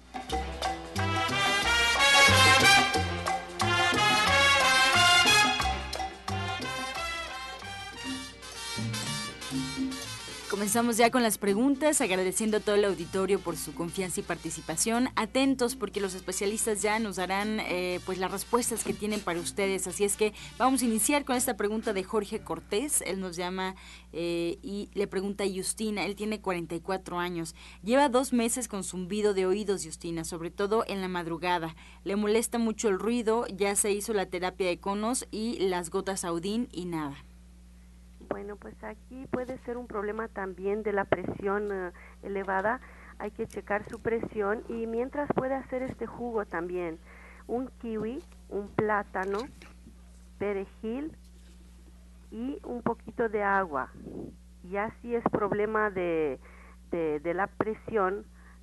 Comenzamos ya con las preguntas, agradeciendo a todo el auditorio por su confianza y participación. Atentos porque los especialistas ya nos darán pues las respuestas que tienen para ustedes. Así es que vamos a iniciar con esta pregunta de Jorge Cortés. Él nos llama y le pregunta a Justina. Él tiene 44 años. Lleva 2 meses con zumbido de oídos, Justina, sobre todo en la madrugada. Le molesta mucho el ruido, ya se hizo la terapia de conos y las gotas Audin y nada. Bueno, pues aquí puede ser un problema también de la presión elevada. Hay que checar su presión y mientras puede hacer este jugo también. Un kiwi, un plátano, perejil y un poquito de agua. Ya si es problema de la presión,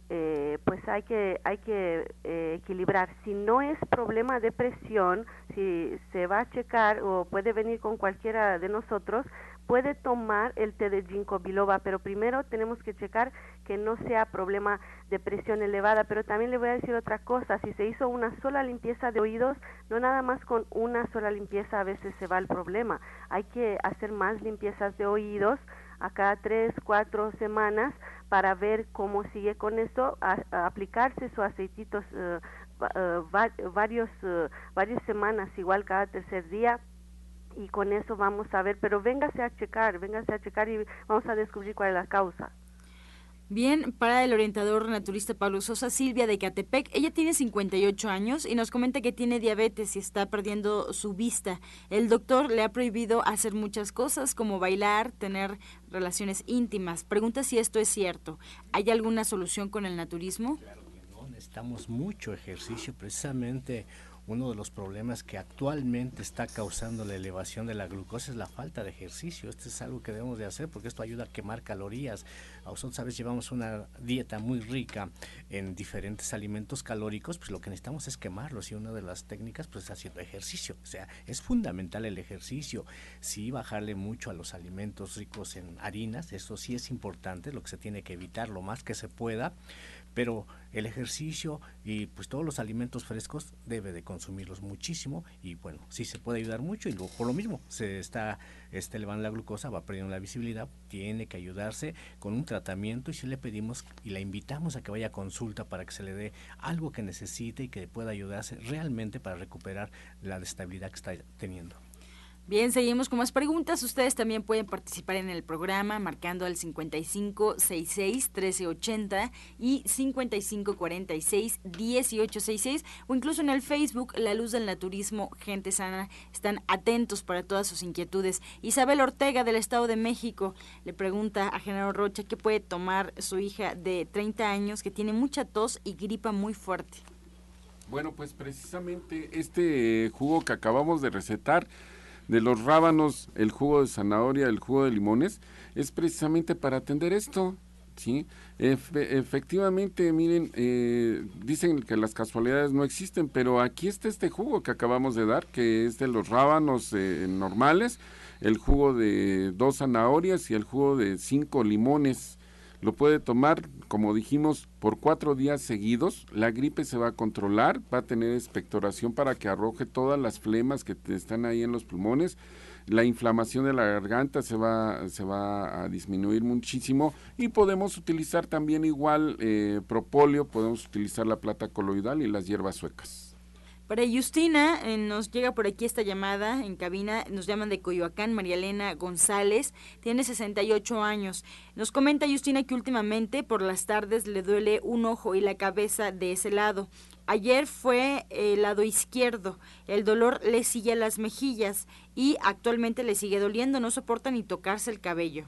pues hay que equilibrar. Si no es problema de presión, si se va a checar o puede venir con cualquiera de nosotros, puede tomar el té de ginkgo biloba, pero primero tenemos que checar que no sea problema de presión elevada. Pero también le voy a decir otra cosa: si se hizo una sola limpieza de oídos, no nada más con una sola limpieza a veces se va el problema. Hay que hacer más limpiezas de oídos a cada 3, 4 semanas para ver cómo sigue con eso, a aplicarse sus aceititos varias semanas, igual cada tercer día, y con eso vamos a ver. Pero véngase a checar y vamos a descubrir cuál es la causa. Bien, para el orientador naturista Pablo Sosa, Silvia de Catepec, ella tiene 58 años y nos comenta que tiene diabetes y está perdiendo su vista. El doctor le ha prohibido hacer muchas cosas como bailar, tener relaciones íntimas. Pregunta si esto es cierto. ¿Hay alguna solución con el naturismo? Claro que no, necesitamos mucho ejercicio. Precisamente uno de los problemas que actualmente está causando la elevación de la glucosa es la falta de ejercicio. Esto es algo que debemos de hacer porque esto ayuda a quemar calorías. Nosotros, sabes, llevamos una dieta muy rica en diferentes alimentos calóricos, pues lo que necesitamos es quemarlos, y una de las técnicas pues es haciendo ejercicio. O sea, es fundamental el ejercicio. Sí, bajarle mucho a los alimentos ricos en harinas, eso sí es importante, lo que se tiene que evitar lo más que se pueda, pero el ejercicio y pues todos los alimentos frescos debe de consumirlos muchísimo, y bueno, sí se puede ayudar mucho, y luego por lo mismo se está elevando la glucosa, va perdiendo la visibilidad, tiene que ayudarse con un tratamiento, y si le pedimos y la invitamos a que vaya a consulta para que se le dé algo que necesite y que pueda ayudarse realmente para recuperar la estabilidad que está teniendo. Bien, seguimos con más preguntas. Ustedes también pueden participar en el programa marcando al 5566-1380 y 5546-1866, o incluso en el Facebook La Luz del Naturismo Gente Sana. Están atentos para todas sus inquietudes. Isabel Ortega, del Estado de México, le pregunta a Genaro Rocha qué puede tomar su hija de 30 años que tiene mucha tos y gripa muy fuerte. Bueno, pues precisamente este jugo que acabamos de recetar, de los rábanos, el jugo de zanahoria, el jugo de limones, es precisamente para atender esto, ¿sí? Efectivamente, miren, dicen que las casualidades no existen, pero aquí está este jugo que acabamos de dar, que es de los rábanos normales, el jugo de 2 zanahorias y el jugo de 5 limones. Lo puede tomar, como dijimos, por 4 días seguidos. La gripe se va a controlar, va a tener expectoración para que arroje todas las flemas que están ahí en los pulmones. La inflamación de la garganta se va a disminuir muchísimo, y podemos utilizar también igual propóleo, podemos utilizar la plata coloidal y las hierbas suecas. Para Justina, nos llega por aquí esta llamada en cabina, nos llaman de Coyoacán, María Elena González, tiene 68 años. Nos comenta Justina que últimamente por las tardes le duele un ojo y la cabeza de ese lado. Ayer fue el lado izquierdo, el dolor le sigue a las mejillas y actualmente le sigue doliendo, no soporta ni tocarse el cabello.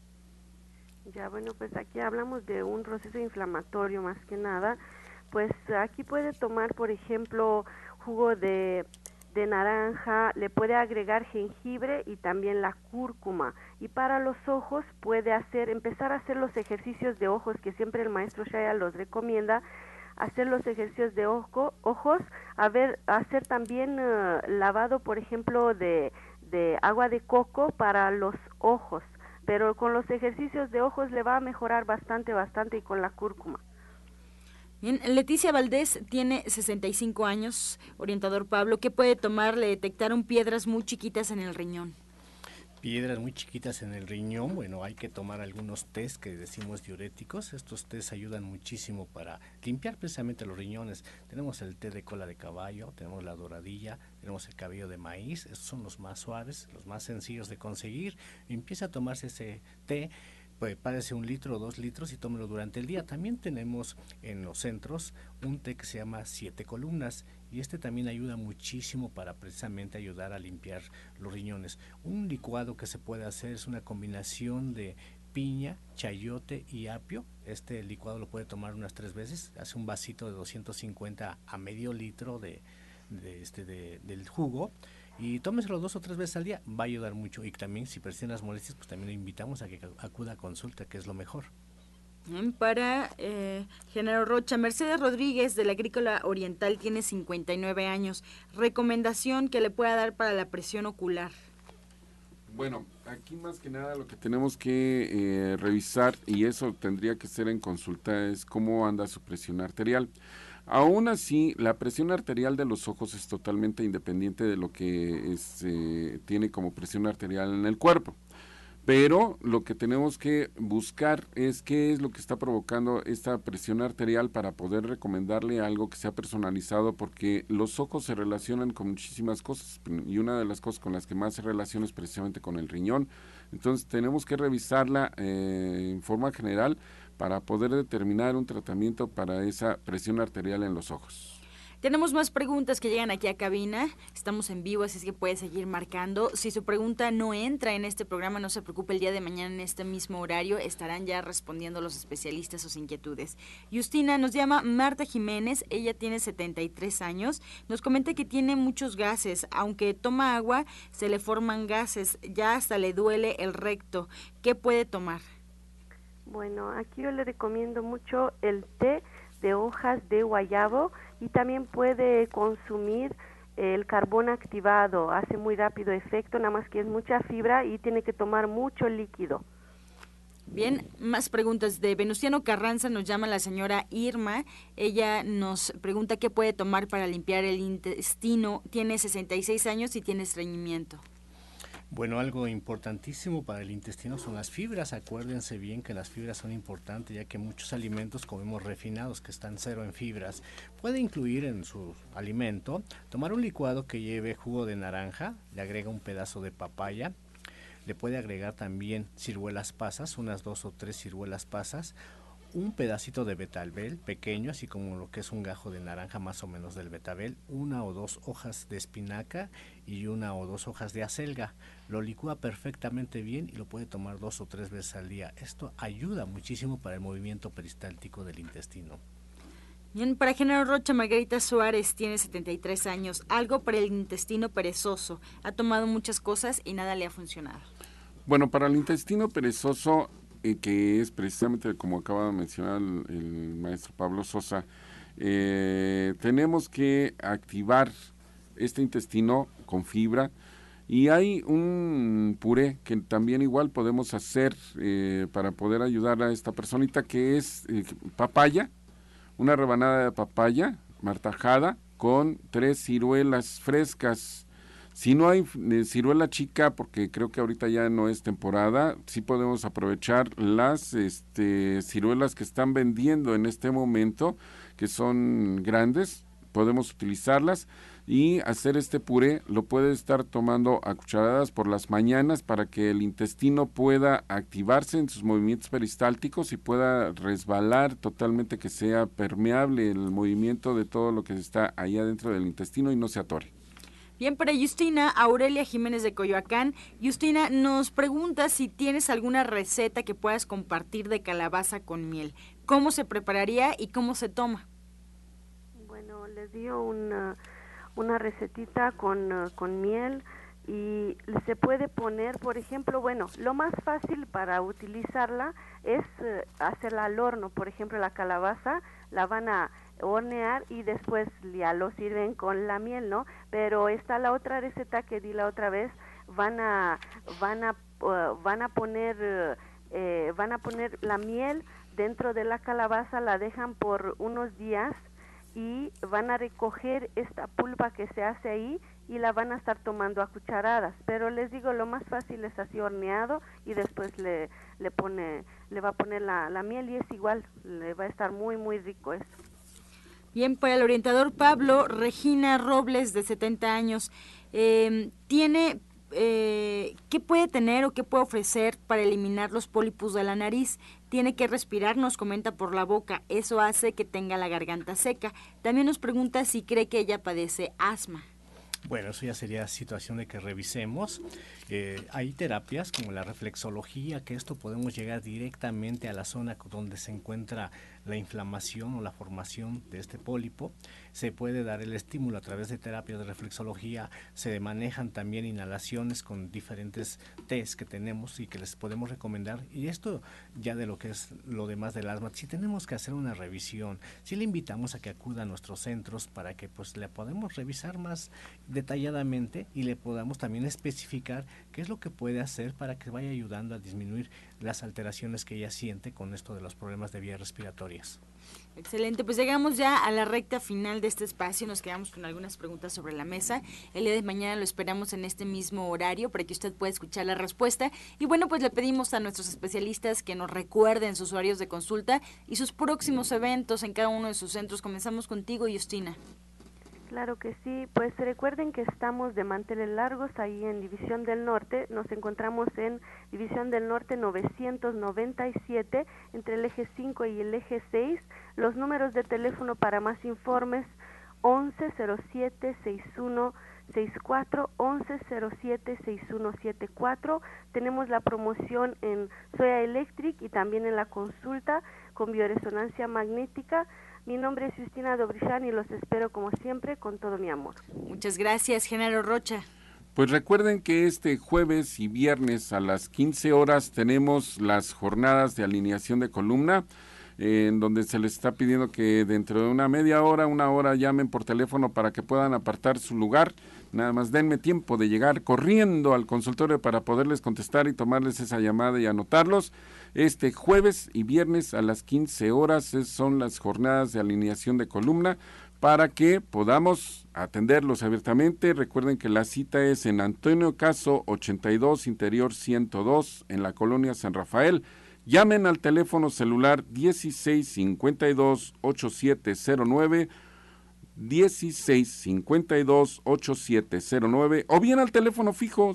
Ya, bueno, pues aquí hablamos de un proceso inflamatorio más que nada. Pues aquí puede tomar, por ejemplo, jugo de naranja, le puede agregar jengibre y también la cúrcuma. Y para los ojos puede empezar a hacer los ejercicios de ojos que siempre el maestro Shaya los recomienda, hacer los ejercicios de ojos, hacer también lavado, por ejemplo, de agua de coco para los ojos. Pero con los ejercicios de ojos le va a mejorar bastante, y con la cúrcuma. Bien, Leticia Valdés tiene 65 años, orientador Pablo, ¿qué puede tomar? Le detectaron piedras muy chiquitas en el riñón. Piedras muy chiquitas en el riñón, bueno, hay que tomar algunos tés que decimos diuréticos. Estos tés ayudan muchísimo para limpiar precisamente los riñones. Tenemos el té de cola de caballo, tenemos la doradilla, tenemos el cabello de maíz, estos son los más suaves, los más sencillos de conseguir. Empieza a tomarse ese té, pues parece 1 litro o 2 litros, y tómelo durante el día. También tenemos en los centros un té que se llama 7 columnas, y este también ayuda muchísimo para precisamente ayudar a limpiar los riñones. Un licuado que se puede hacer es una combinación de piña, chayote y apio. Este licuado lo puede tomar unas 3 veces, hace un vasito de 250 a medio litro del jugo, y tómeselo 2 o 3 veces al día, va a ayudar mucho. Y también si persisten las molestias, pues también le invitamos a que acuda a consulta, que es lo mejor. Para Genaro Rocha, Mercedes Rodríguez de la Agrícola Oriental tiene 59 años. Recomendación que le pueda dar para la presión ocular. Bueno, aquí más que nada lo que tenemos que revisar, y eso tendría que ser en consulta, es cómo anda su presión arterial. Aún así, la presión arterial de los ojos es totalmente independiente de lo que tiene como presión arterial en el cuerpo. Pero lo que tenemos que buscar es qué es lo que está provocando esta presión arterial para poder recomendarle algo que sea personalizado, porque los ojos se relacionan con muchísimas cosas y una de las cosas con las que más se relaciona es precisamente con el riñón. Entonces tenemos que revisarla en forma general para poder determinar un tratamiento para esa presión arterial en los ojos. Tenemos más preguntas que llegan aquí a cabina, estamos en vivo, así es que puede seguir marcando. Si su pregunta no entra en este programa, no se preocupe, el día de mañana en este mismo horario estarán ya respondiendo los especialistas sus inquietudes. Justina, nos llama Marta Jiménez, ella tiene 73 años, nos comenta que tiene muchos gases, aunque toma agua, se le forman gases, ya hasta le duele el recto. ¿Qué puede tomar? Bueno, aquí yo le recomiendo mucho el té de hojas de guayabo y también puede consumir el carbón activado, hace muy rápido efecto, nada más que es mucha fibra y tiene que tomar mucho líquido. Bien, más preguntas de Venustiano Carranza, nos llama la señora Irma, ella nos pregunta qué puede tomar para limpiar el intestino, tiene 66 años y tiene estreñimiento. Bueno, algo importantísimo para el intestino son las fibras. Acuérdense bien que las fibras son importantes, ya que muchos alimentos comemos refinados que están cero en fibras. Puede incluir en su alimento tomar un licuado que lleve jugo de naranja, le agrega un pedazo de papaya, le puede agregar también ciruelas pasas, unas 2 o 3 ciruelas pasas, un pedacito de betabel pequeño, así como lo que es un gajo de naranja más o menos del betabel, 1 o 2 hojas de espinaca y 1 o 2 hojas de acelga. Lo licúa perfectamente bien y lo puede tomar 2 o 3 veces al día. Esto ayuda muchísimo para el movimiento peristáltico del intestino. Bien, para Genaro Rocha, Margarita Suárez tiene 73 años, algo para el intestino perezoso. Ha tomado muchas cosas y nada le ha funcionado. Bueno, para el intestino perezoso, que es precisamente como acaba de mencionar el maestro Pablo Sosa, tenemos que activar este intestino con fibra, y hay un puré que también igual podemos hacer para poder ayudar a esta personita, que es papaya, una rebanada de papaya martajada con 3 ciruelas frescas. Si no hay ciruela chica, porque creo que ahorita ya no es temporada, sí podemos aprovechar las ciruelas que están vendiendo en este momento, que son grandes, podemos utilizarlas y hacer este puré. Lo puede estar tomando a cucharadas por las mañanas para que el intestino pueda activarse en sus movimientos peristálticos y pueda resbalar totalmente, que sea permeable el movimiento de todo lo que está ahí adentro del intestino y no se atore. Bien, para Justina, Aurelia Jiménez de Coyoacán. Justina nos pregunta si tienes alguna receta que puedas compartir de calabaza con miel. ¿Cómo se prepararía y cómo se toma? Bueno, les dio una recetita con miel y se puede poner, por ejemplo, bueno, lo más fácil para utilizarla es hacerla al horno. Por ejemplo, la calabaza la van a hornear y después ya lo sirven con la miel, ¿no? Pero está la otra receta que di la otra vez, van a poner la miel dentro de la calabaza, la dejan por unos días y van a recoger esta pulpa que se hace ahí y la van a estar tomando a cucharadas. Pero les digo, lo más fácil es así horneado y después le va a poner la miel y es igual, le va a estar muy muy rico esto. Bien, para el orientador Pablo, Regina Robles, de 70 años, ¿qué puede tener o qué puede ofrecer para eliminar los pólipos de la nariz? Tiene que respirar, nos comenta, por la boca, eso hace que tenga la garganta seca. También nos pregunta si cree que ella padece asma. Bueno, eso ya sería situación de que revisemos. Hay terapias como la reflexología, que esto podemos llegar directamente a la zona donde se encuentra la inflamación o la formación de este pólipo. Se puede dar el estímulo a través de terapias de reflexología. Se manejan también inhalaciones con diferentes test que tenemos y que les podemos recomendar. Y esto ya de lo que es lo demás del asma, si tenemos que hacer una revisión, si le invitamos a que acuda a nuestros centros para que pues le podamos revisar más detalladamente y le podamos también especificar qué es lo que puede hacer para que vaya ayudando a disminuir las alteraciones que ella siente con esto de los problemas de vías respiratorias. Excelente, pues llegamos ya a la recta final de este espacio, nos quedamos con algunas preguntas sobre la mesa. El día de mañana lo esperamos en este mismo horario para que usted pueda escuchar la respuesta. Y bueno, pues le pedimos a nuestros especialistas que nos recuerden sus horarios de consulta y sus próximos eventos en cada uno de sus centros. Comenzamos contigo, Justina. Claro que sí, pues recuerden que estamos de manteles largos ahí en División del Norte, nos encontramos en División del Norte 997, entre el eje 5 y el eje 6, los números de teléfono para más informes 1107-6164, 1107-6174, tenemos la promoción en Soya Electric y también en la consulta con bioresonancia magnética. Mi nombre es Justina Dobrichan y los espero como siempre con todo mi amor. Muchas gracias, Genaro Rocha. Pues recuerden que este jueves y viernes a las 15 horas tenemos las jornadas de alineación de columna, en donde se les está pidiendo que dentro de una media hora, una hora llamen por teléfono para que puedan apartar su lugar. Nada más denme tiempo de llegar corriendo al consultorio para poderles contestar y tomarles esa llamada y anotarlos. Este jueves y viernes a las 15 horas son las jornadas de alineación de columna para que podamos atenderlos abiertamente. Recuerden que la cita es en Antonio Caso 82, Interior 102, en la colonia San Rafael. Llamen al teléfono celular 1652-8709, 1652-8709, o bien al teléfono fijo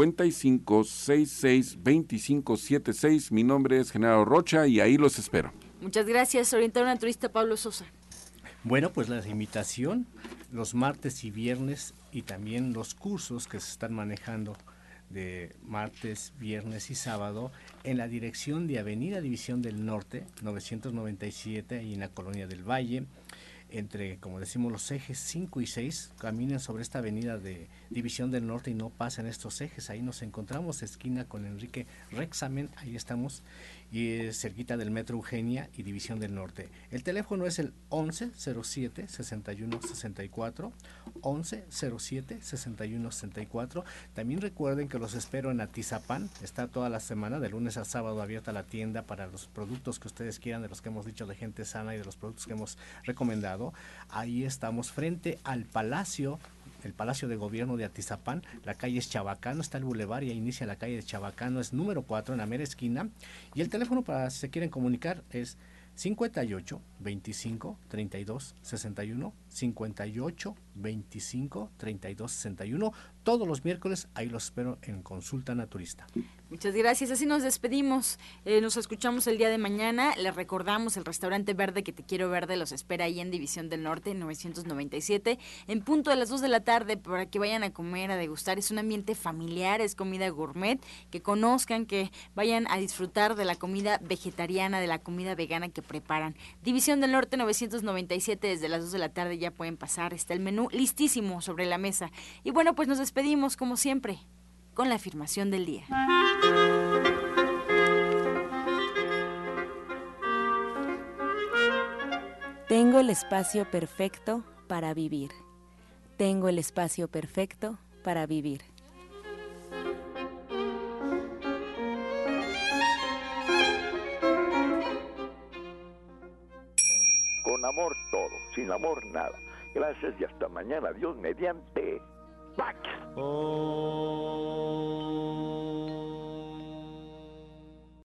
5566-2576. Mi nombre es Genaro Rocha y ahí los espero. Muchas gracias, orientador naturista Pablo Sosa. Bueno, pues la invitación, los martes y viernes y también los cursos que se están manejando de martes, viernes y sábado en la dirección de Avenida División del Norte, 997, ahí en la Colonia del Valle, entre, como decimos, los ejes 5 y 6, caminen sobre esta avenida de División del Norte y no pasen estos ejes. Ahí nos encontramos, esquina con Enrique Rexamen, ahí estamos, y cerquita del Metro Eugenia y División del Norte. El teléfono es el 1107-6164, 1107-6164. También recuerden que los espero en Atizapán, está toda la semana, de lunes a sábado abierta la tienda para los productos que ustedes quieran, de los que hemos dicho de gente sana y de los productos que hemos recomendado. Ahí estamos frente al Palacio, el Palacio de Gobierno de Atizapán, la calle es Chabacano, está el bulevar y ahí inicia la calle de Chabacano, es número 4 en la mera esquina, y el teléfono para si se quieren comunicar es 58 25 32 61, 58 25 32 61. Todos los miércoles ahí los espero en Consulta Naturista. Muchas gracias, así nos despedimos, nos escuchamos el día de mañana. Les recordamos el restaurante Verde que te quiero verde los espera ahí en División del Norte 997 en punto de las 2 de la tarde para que vayan a comer, a degustar. Es un ambiente familiar, es comida gourmet, que conozcan, que vayan a disfrutar de la comida vegetariana, de la comida vegana que preparan. División del Norte 997, desde las 2 de la tarde ya pueden pasar, está el menú listísimo sobre la mesa. Y bueno, pues nos despedimos como siempre con la afirmación del día. Tengo el espacio perfecto para vivir. Tengo el espacio perfecto para vivir. Con amor todo, sin amor nada. Gracias y hasta mañana. Dios mediante. ¡Pax!